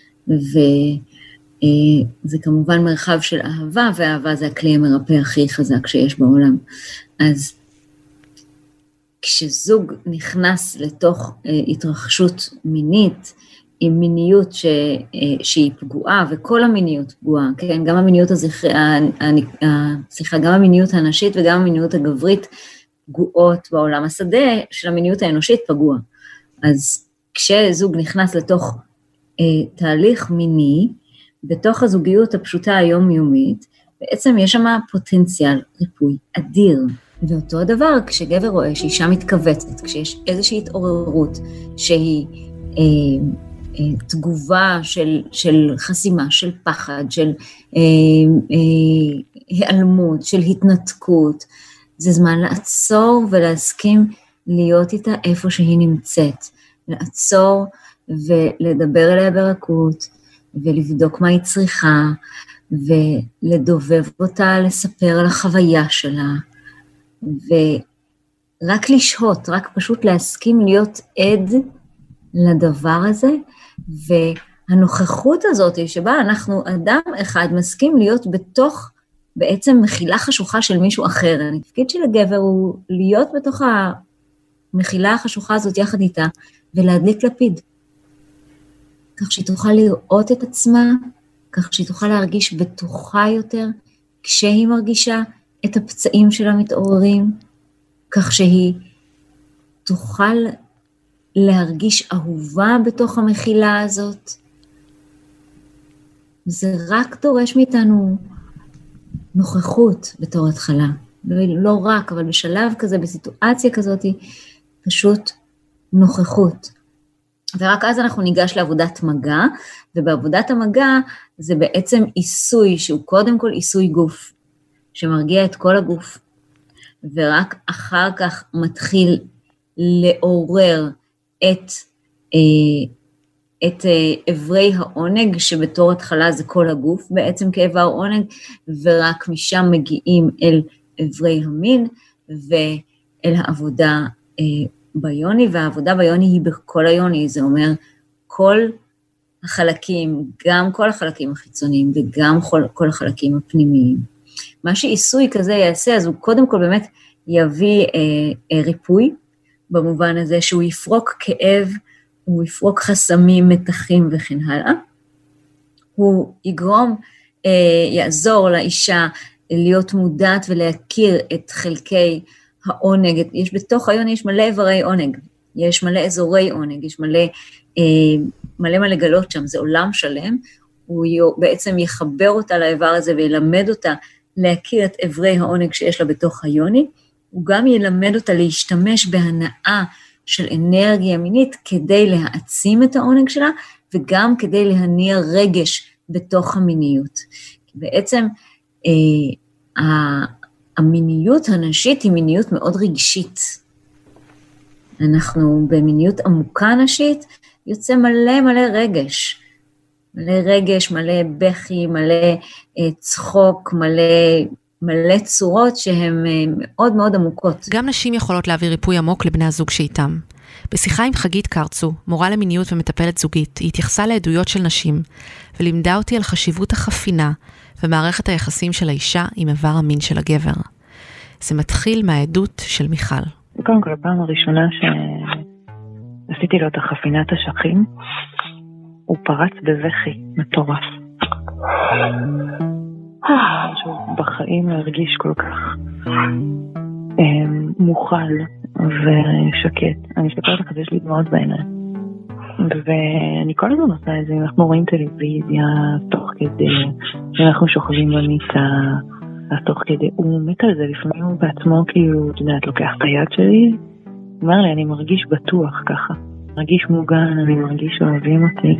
וזה כמובן מרחב של אהבה, והאהבה זה הכלי המרפא הכי חזק שיש בעולם. אז כשזוג נכנס לתוך התרחשות מינית, עם מיניות שהיא פגועה, וכל המיניות פגועה, כן? גם המיניות גם המיניות הנשית וגם המיניות הגברית פגועות בעולם. השדה של המיניות האנושית פגוע. אז כשזוג נכנס לתוך תהליך מיני, בתוך הזוגיות הפשוטה היומיומית, בעצם יש שם פוטנציאל ריפוי אדיר. ואותו הדבר, כשגבר רואה שאישה מתכווצת, כשיש איזושהי התעוררות שהיא תגובה של חסימה, של פחד, של היעלמות, של התנתקות. זה זמן לעצור ולהסכים להיות איתה איפה שהיא נמצאת. לעצור ולדבר אליה ברכות, ולבדוק מה היא צריכה, ולדובב אותה, לספר על החוויה שלה, ורק לשהות, רק פשוט להסכים להיות עד לדבר הזה, והנוכחות הזאת שבה אנחנו אדם אחד מסכים להיות בתוך בעצם מחילה חשוכה של מישהו אחר. התפקיד של הגבר הוא להיות בתוך המחילה החשוכה הזאת יחד איתה, ולהדליק לפיד. כך שהיא תוכל לראות את עצמה, כך שהיא תוכל להרגיש בטוחה יותר, כשהיא מרגישה את הפצעים שלה מתעוררים, כך שהיא תוכל להרגיש אהובה בתוך המחילה הזאת. זה רק דורש מאיתנו נוכחות בתור התחלה. לא רק, אבל בשלב כזה, בסיטואציה כזאת, פשוט נוכחות. ורק אז אנחנו ניגש לעבודת מגע, ובעבודת המגע זה בעצם עיסוי, שהוא קודם כל עיסוי גוף, שמרגיע את כל הגוף, ורק אחר כך מתחיל לעורר את עברי העונג, שבתור התחלה זה כל הגוף, בעצם כאיבר עונג, ורק משם מגיעים אל עברי המין, ואל העבודה ביוני, והעבודה ביוני היא בכל היוני, זה אומר כל החלקים, גם כל החלקים החיצוניים, וגם כל החלקים הפנימיים. מה שעיסוי כזה יעשה, אז הוא קודם כל באמת יביא ריפוי, במובן הזה שהוא יפרוק כאב, הוא יפרוק חסמים, מתחים וכן הלאה. הוא יגרום, יעזור לאישה להיות מודעת ולהכיר את חלקי העונג. יש בתוך היוני, יש מלא עברי עונג, יש מלא אזורי עונג, יש מלא גלות שם, זה עולם שלם. הוא בעצם יחבר אותה לעבר הזה וילמד אותה להכיר את עברי העונג שיש לה בתוך היוני. הוא גם ילמד אותה להשתמש בהנאה של אנרגיה מינית כדי להעצים את העונג שלה, וגם כדי להניע רגש בתוך המיניות. בעצם המיניות הנשית היא מיניות מאוד רגשית. אנחנו במיניות עמוקה נשית, יוצא מלא רגש. מלא רגש, מלא בכי, מלא צחוק, מלא צורות שהן מאוד מאוד עמוקות. גם נשים יכולות להעביר ריפוי עמוק לבני הזוג שאיתם. בשיחה עם חגית קרצו, מורה למיניות ומטפלת זוגית, היא התייחסה לעדויות של נשים, ולימדה אותי על חשיבות החפינה ומערכת היחסים של האישה עם איבר המין של הגבר. זה מתחיל מהעדות של מיכל. קודם כל, הפעם הראשונה שעשיתי לו את החפינת השכים, הוא פרץ בבכי מטורף. שהוא בחיים הרגיש כל כך מוכל ושקט. אני מסתכלת לך, יש לי דמעות בעיניים. ואני כל הזמן עושה את זה, אנחנו רואים טלוויזיה תוך כדי, אנחנו שוכבים במיטה, אז תוך כדי, הוא מת על זה, לפעמים הוא בעצמו כאילו, אתה יודעת, לוקח את היד שלי, אומר לי, אני מרגיש בטוח ככה, מרגיש מוגן, אני מרגיש שאוהבים אותי.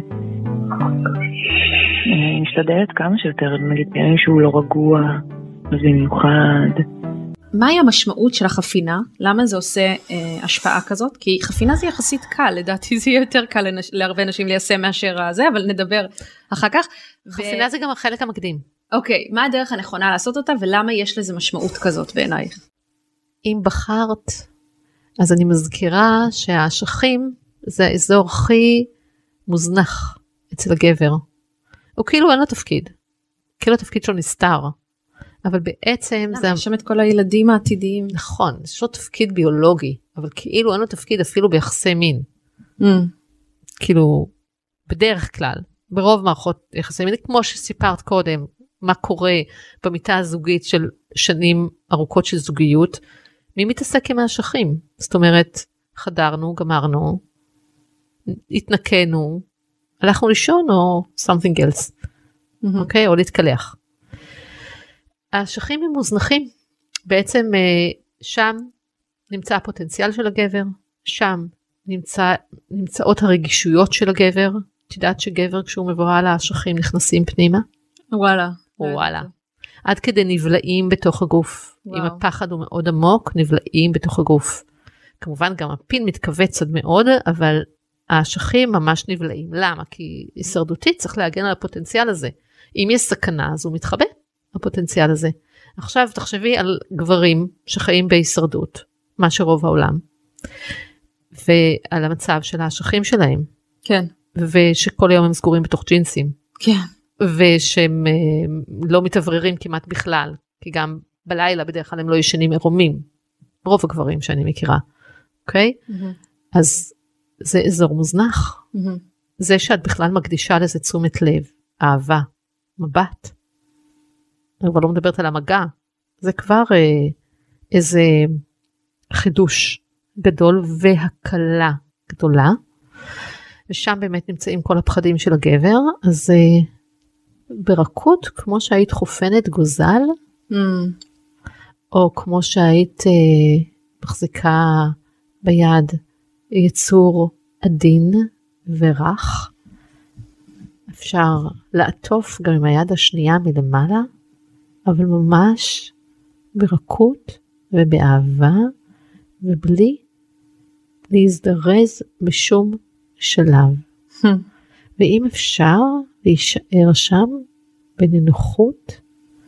אני משתדלת כמה שיותר, נגיד, שהוא לא רגוע, במיוחד. מהי המשמעות של החפינה? למה זה עושה השפעה כזאת? כי חפינה זה יחסית קל, לדעתי זה יהיה יותר קל להרבה נשים ליישם מאשר הזה, אבל נדבר אחר כך. חפינה זה גם החלק המקדים. אוקיי, מה הדרך הנכונה לעשות אותה, ולמה יש לזה משמעות כזאת בעינייך? אם בחרת, אז אני מזכירה שהאשכים זה האזור הכי מוזנח אצל הגבר. הוא כאילו אין לו תפקיד. כאילו התפקיד שלו נסתר. אבל בעצם זה... יש שם את כל הילדים העתידיים. נכון, יש לו תפקיד ביולוגי, אבל כאילו אין לו תפקיד אפילו ביחסי מין. כאילו, בדרך כלל, ברוב מערכות יחסי מין, כמו שסיפרת קודם, מה קורה במיטה הזוגית של שנים ארוכות של זוגיות, מי מתעסק עם האשכים? זאת אומרת, חדרנו, גמרנו, התנקנו, הלכנו לישון או something else, אוקיי? או להתקלח. האשכים הם מוזנחים, בעצם שם נמצא הפוטנציאל של הגבר, שם נמצאות הרגישויות של הגבר, את יודעת שגבר כשהוא מבוהל האשכים נכנסים פנימה? וואלה. וואלה. עד כדי נבלעים בתוך הגוף. אם הפחד הוא מאוד עמוק, נבלעים בתוך הגוף. כמובן גם הפין מתכווץ עד מאוד, אבל האשכים ממש נבלעים. למה? כי הישרדותית צריך להגן על הפוטנציאל הזה. אם יש סכנה, אז הוא מתחבא, הפוטנציאל הזה. עכשיו תחשבי על גברים שחיים בהישרדות, מה שרוב העולם, ועל המצב של האשכים שלהם. כן. ושכל היום הם סגורים בתוך ג'ינסים. כן. ושהם לא מתעבררים כמעט בכלל, כי גם בלילה בדרך כלל הם לא ישנים עירומים, רוב הגברים שאני מכירה, אוקיי? אז זה אזור מוזנח. זה שאת בכלל מקדישה לזה תשומת לב, אהבה, מבט, אני כבר לא מדברת על המגע, זה כבר איזה חידוש גדול והקלה גדולה, ושם באמת נמצאים כל הפחדים של הגבר, אז ברכות, כמו שהיית חופנת גוזל, או כמו שהיית מחזיקה ביד יצור עדין ורח, אפשר לעטוף גם עם היד השנייה מלמעלה, אבל ממש ברכות ובאהבה, ובלי להזדרז בשום שלב. ואם אפשר להישאר שם בנינוחות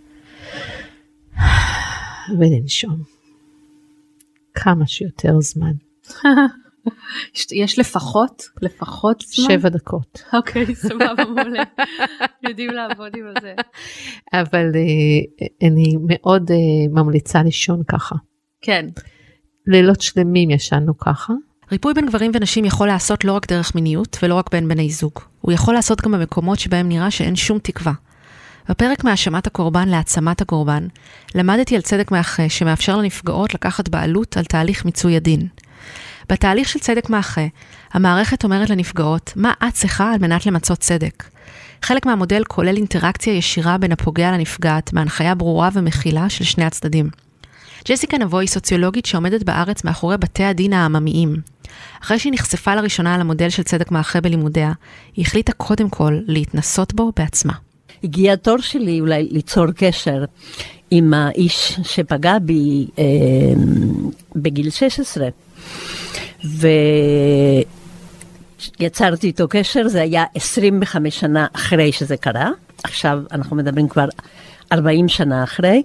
ולנשום כמה שיותר זמן. יש לפחות זמן? 7 דקות. אוקיי, סבבה, מעולה. יודעים לעבוד עם זה. אבל אני מאוד ממליצה לישון ככה. כן. לילות שלמים ישנו ככה. ריפוי בין גברים ונשים יכול לעשות לא רק דרך מיניות ולא רק בין בני זוג. הוא יכול לעשות גם במקומות שבהם נראה שאין שום תקווה. בפרק מהאשמת הקורבן להעצמת הקורבן, למדתי על צדק מאחה שמאפשר לנפגעות לקחת בעלות על תהליך מיצוי הדין. בתהליך של צדק מאחה, המערכת אומרת לנפגעות מה את צריכה על מנת למצות צדק. חלק מהמודל כולל אינטראקציה ישירה בין הפוגע לנפגעת, בהנחיה ברורה ומכילה של שני הצדדים. ג'סיקה נבו היא סוציולוגית שעומדת בארץ מאחורי בתי הדין העממיים. אחרי שהיא נחשפה לראשונה על המודל של צדק מאחה בלימודיה, היא החליטה קודם כל להתנסות בו בעצמה. הגיע התור שלי אולי ליצור קשר עם האיש שפגע בי בגיל 16. ויצרתי איתו קשר, זה היה 25 שנה אחרי שזה קרה. עכשיו אנחנו מדברים כבר 40 שנה אחרי.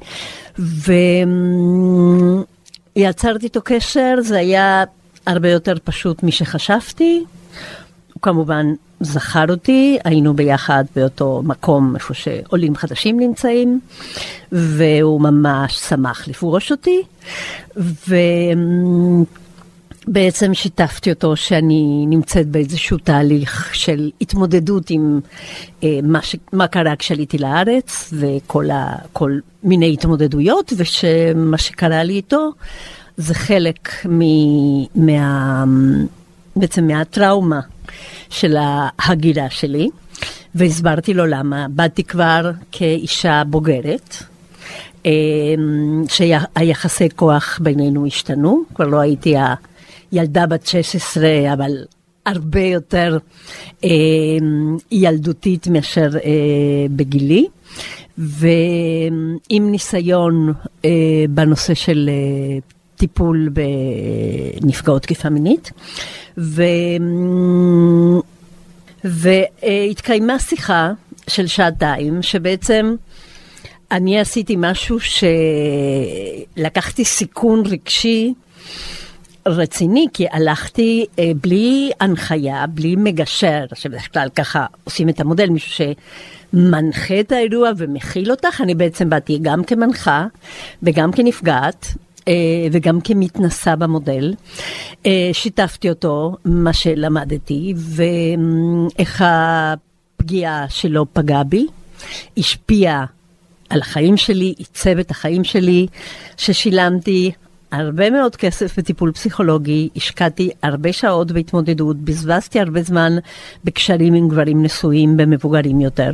ויצרתי איתו קשר, זה היה הרבה יותר פשוט משחשבתי. הוא כמובן זכר אותי, היינו ביחד באותו מקום איפה שעולים חדשים נמצאים, והוא ממש שמח לפגוש אותי, ובעצם שיתפתי אותו שאני נמצאת באיזשהו תהליך של התמודדות עם מה קרה כשעליתי לארץ, וכל מיני התמודדויות, ושמה שקרה לי איתו זה חלק בעצם מהטראומה של ההגירה שלי, והסברתי לו למה. באתי כבר כאישה בוגרת, שהיחסי כוח בינינו השתנו, כבר לא הייתי הילדה בת 16, אבל הרבה יותר ילדותית מאשר בגילי, ועם ניסיון בנושא של טיפול בנפגעות תקיפה מינית, והתקיימה שיחה של 2 שעות, שבעצם אני עשיתי משהו שלקחתי סיכון רגשי רציני, כי הלכתי בלי הנחיה, בלי מגשר, שבדרך כלל ככה עושים את המודל, מישהו שמנחה את האירוע ומכיל אותך. אני בעצם באתי גם כמנחה וגם כנפגעת, וגם כמתנסה במודל. שיתפתי אותו מה שלמדתי, ואיך הפגיעה שלו פגעה בי, השפיעה על החיים שלי, עיצב את החיים שלי, ששילמתי הרבה מאוד כסף בטיפול פסיכולוגי, השקעתי הרבה שעות בהתמודדות, בזבזתי הרבה זמן בקשרים עם גברים נשואים במבוגרים יותר.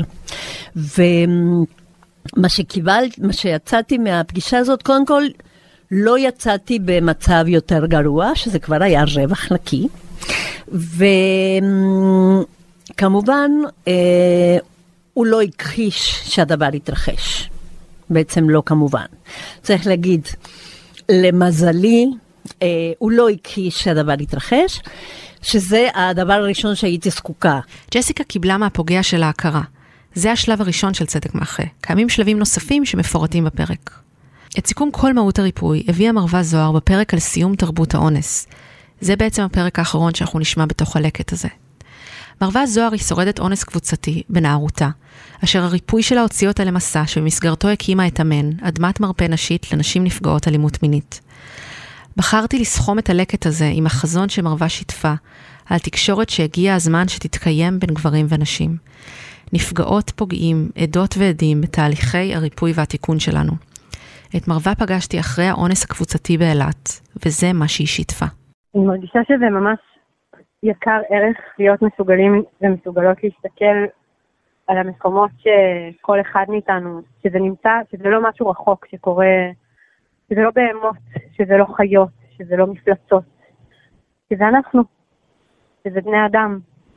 ומה שיצאתי מהפגישה הזאת, קודם כל, לא יצאתי במצב יותר גרוע, שזה כבר היה רווח נקי, כמובן, הוא לא הכחיש שהדבר יתרחש. בעצם לא כמובן. צריך להגיד, למזלי, הוא לא הכחיש שהדבר יתרחש, שזה הדבר הראשון שהייתי זקוקה. ג'סיקה קיבלה מהפוגע של ההכרה. זה השלב הראשון של צדק מאחה. קיימים שלבים נוספים שמפורטים בפרק. את סיכום כל מהות הריפוי הביאה מרווה זוהר בפרק על סיום תרבות האונס. זה בעצם הפרק האחרון שאנחנו נשמע בתוך הלקט הזה. מרווה זוהר היא שורדת אונס קבוצתי בנערותה, אשר הריפוי שלה הוציא אותה למסע שבמסגרתו הקימה את אמן, אדמת מרפא נשית לנשים נפגעות אלימות מינית. בחרתי לסכום את הלקט הזה עם החזון שמרווה שיתפה, על תקשורת שהגיע הזמן שתתקיים בין גברים ונשים. נפגעות פוגעים, עדות ועדים בתהליכי הריפוי והתיקון שלנו. את מרווה פגשתי אחרי האונס הקבוצתי באילת, וזה מה שהיא שיתפה. אני מרגישה שזה ממש יקר ערך להיות מסוגלים ומסוגלות להסתכל על המקומות שכל אחד מאיתנו, שזה נמצא, שזה לא משהו רחוק שקורה, שזה לא בהמות, שזה לא חיות, שזה לא מפלצות, שזה אנחנו, שזה בני אדם.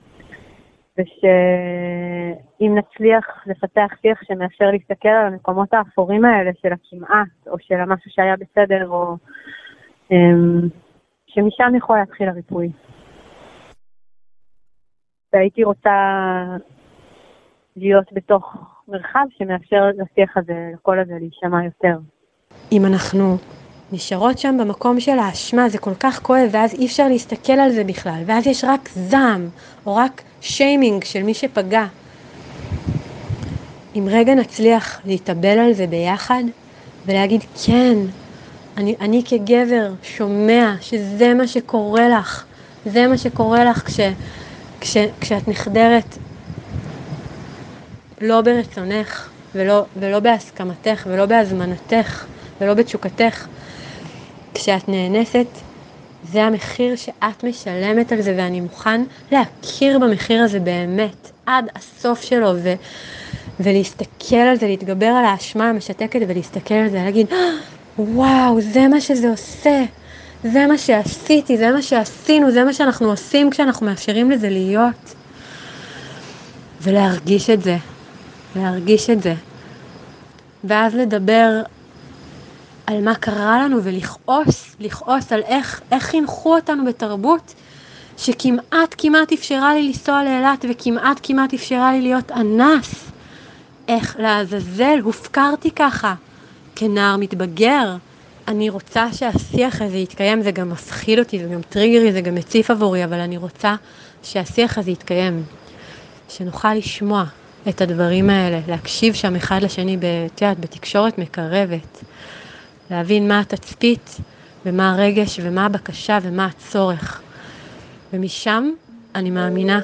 ושאם נצליח לפתח שיח שמאפשר להסתכל על המקומות האפורים האלה של הכמעט, או של המשהו שהיה בסדר, או שמשם יכול להתחיל הריפוי. והייתי רוצה להיות בתוך מרחב שמאפשר לשיח הזה, לכל הזה, להישמע יותר. אם אנחנו נשארות שם במקום של האשמה, זה כל כך כואב, ואז אי אפשר להסתכל על זה בכלל, ואז יש רק זעם, או רק שיימינג של מי שפגע. אם רגע נצליח להתאבל על זה ביחד, ולהגיד, כן, אני כגבר שומע שזה מה שקורה לך, זה מה שקורה לך כשאת נחדרת לא ברצונך, ולא בהסכמתך, ולא בהזמנתך, ולא בתשוקתך. כשאת נאנסת, זה המחיר שאת משלמת על זה, ואני מוכן להכיר במחיר הזה באמת, עד הסוף שלו, ולהסתכל על זה, להתגבר על האשמה המשתקת, ולהסתכל על זה, להגיד, וואו, זה מה שזה עושה, זה מה שעשיתי, זה מה שעשינו, זה מה שאנחנו עושים כשאנחנו מאפשרים לזה להיות. ולהרגיש את זה, להרגיש את זה. ואז לדבר על מה קרה לנו ולכעוס על איך חינכו אותנו בתרבות שכמעט אפשרה לי לנסוע לאילת וכמעט אפשרה לי להיות אנס. איך לעזאזל הופקרתי ככה כנער מתבגר. אני רוצה שהשיח הזה יתקיים, זה גם מפחיד אותי, זה גם טריגרי, זה גם מציף עבורי, אבל אני רוצה שהשיח הזה יתקיים, שנוכל לשמוע את הדברים האלה, להקשיב שם אחד לשני בתקשורת מקרבת, להבין מה התצפית ומה הרגש ומה הבקשה ומה הצורך. ומשם אני מאמינה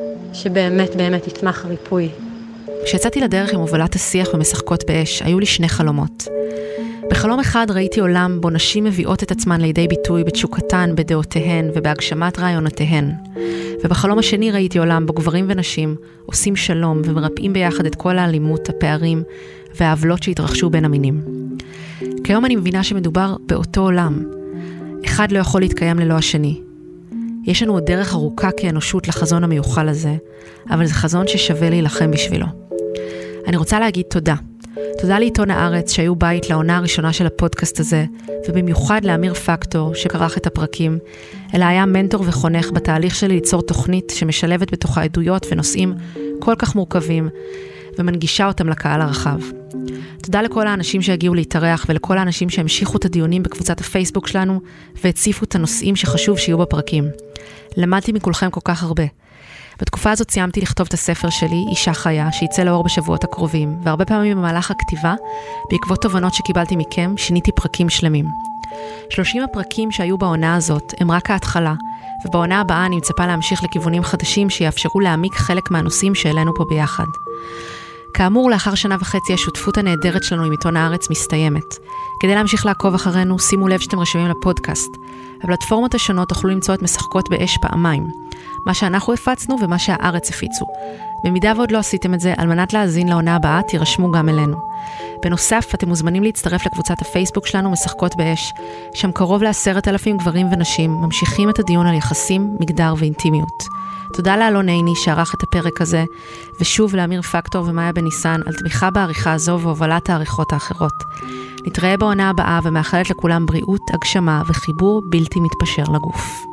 שבאמת יצמח ריפוי. כשיצאתי לדרך עם הובלת השיח ומשחקות באש, היו לי שני חלומות. בחלום אחד ראיתי עולם בו נשים מביאות את עצמן לידי ביטוי בתשוקתן, בדעותיהן ובהגשמת רעיונותיהן. ובחלום השני ראיתי עולם בו גברים ונשים עושים שלום ומרפאים ביחד את כל האלימות, הפערים והעוולות שהתרחשו בין המינים. כיום אני מבינה שמדובר באותו עולם. אחד לא יכול להתקיים ללא השני. יש לנו עוד דרך ארוכה כאנושות לחזון המיוחל הזה, אבל זה חזון ששווה להילחם בשבילו. אני רוצה להגיד תודה. תודה לעיתון הארץ שהיו בית לעונה הראשונה של הפודקאסט הזה, ובמיוחד לאמיר פקטור שקרח את הפרקים, אלא היה מנטור וחונך בתהליך שלי ליצור תוכנית שמשלבת בתוכה עדויות ונושאים כל כך מורכבים, ומנגישה אותם לקהל הרחב. תודה לכל האנשים שהגיעו להתארח ולכל האנשים שהמשיכו את הדיונים בקבוצת הפייסבוק שלנו והציפו את הנושאים שחשוב שיהיו בפרקים. למדתי מכולכם כל כך הרבה. בתקופה הזאת סיימתי לכתוב את הספר שלי, אישה חיה, שיצא לאור בשבועות הקרובים, והרבה פעמים במהלך הכתיבה, בעקבות תובנות שקיבלתי מכם, שיניתי פרקים שלמים. 30 הפרקים שהיו בעונה הזאת הם רק ההתחלה, ובעונה הבאה אני מצפה להמשיך לכיוונים חדשים שיאפשרו להעמיק חלק מהנושאים שהעלינו פה ביחד. כאמור, לאחר 1.5 שנה השותפות הנהדרת שלנו עם עיתון הארץ מסתיימת. כדי להמשיך לעקוב אחרינו, שימו לב שאתם רשומים לפודקאסט. הפלטפורמות השונות תוכלו למצוא את משחקות באש פעמיים. מה שאנחנו הפצנו ומה שהארץ הפיצו. במידה ועוד לא עשיתם את זה, על מנת להאזין לעונה הבאה, תירשמו גם אלינו. בנוסף, אתם מוזמנים להצטרף לקבוצת הפייסבוק שלנו משחקות באש, שם קרוב ל10,000 גברים ונשים ממשיכים את הדיון על יחסים, מגדר ואינטימיות. תודה לאלון עיני שערך את הפרק הזה, ושוב לאמיר פקטור ומאיה בניסן על תמיכה בעריכה הזו והובלת העריכות האחרות. נתראה בעונה הבאה ומאחלת לכולם בריאות, הגשמה וחיבור בלתי מתפשר לגוף.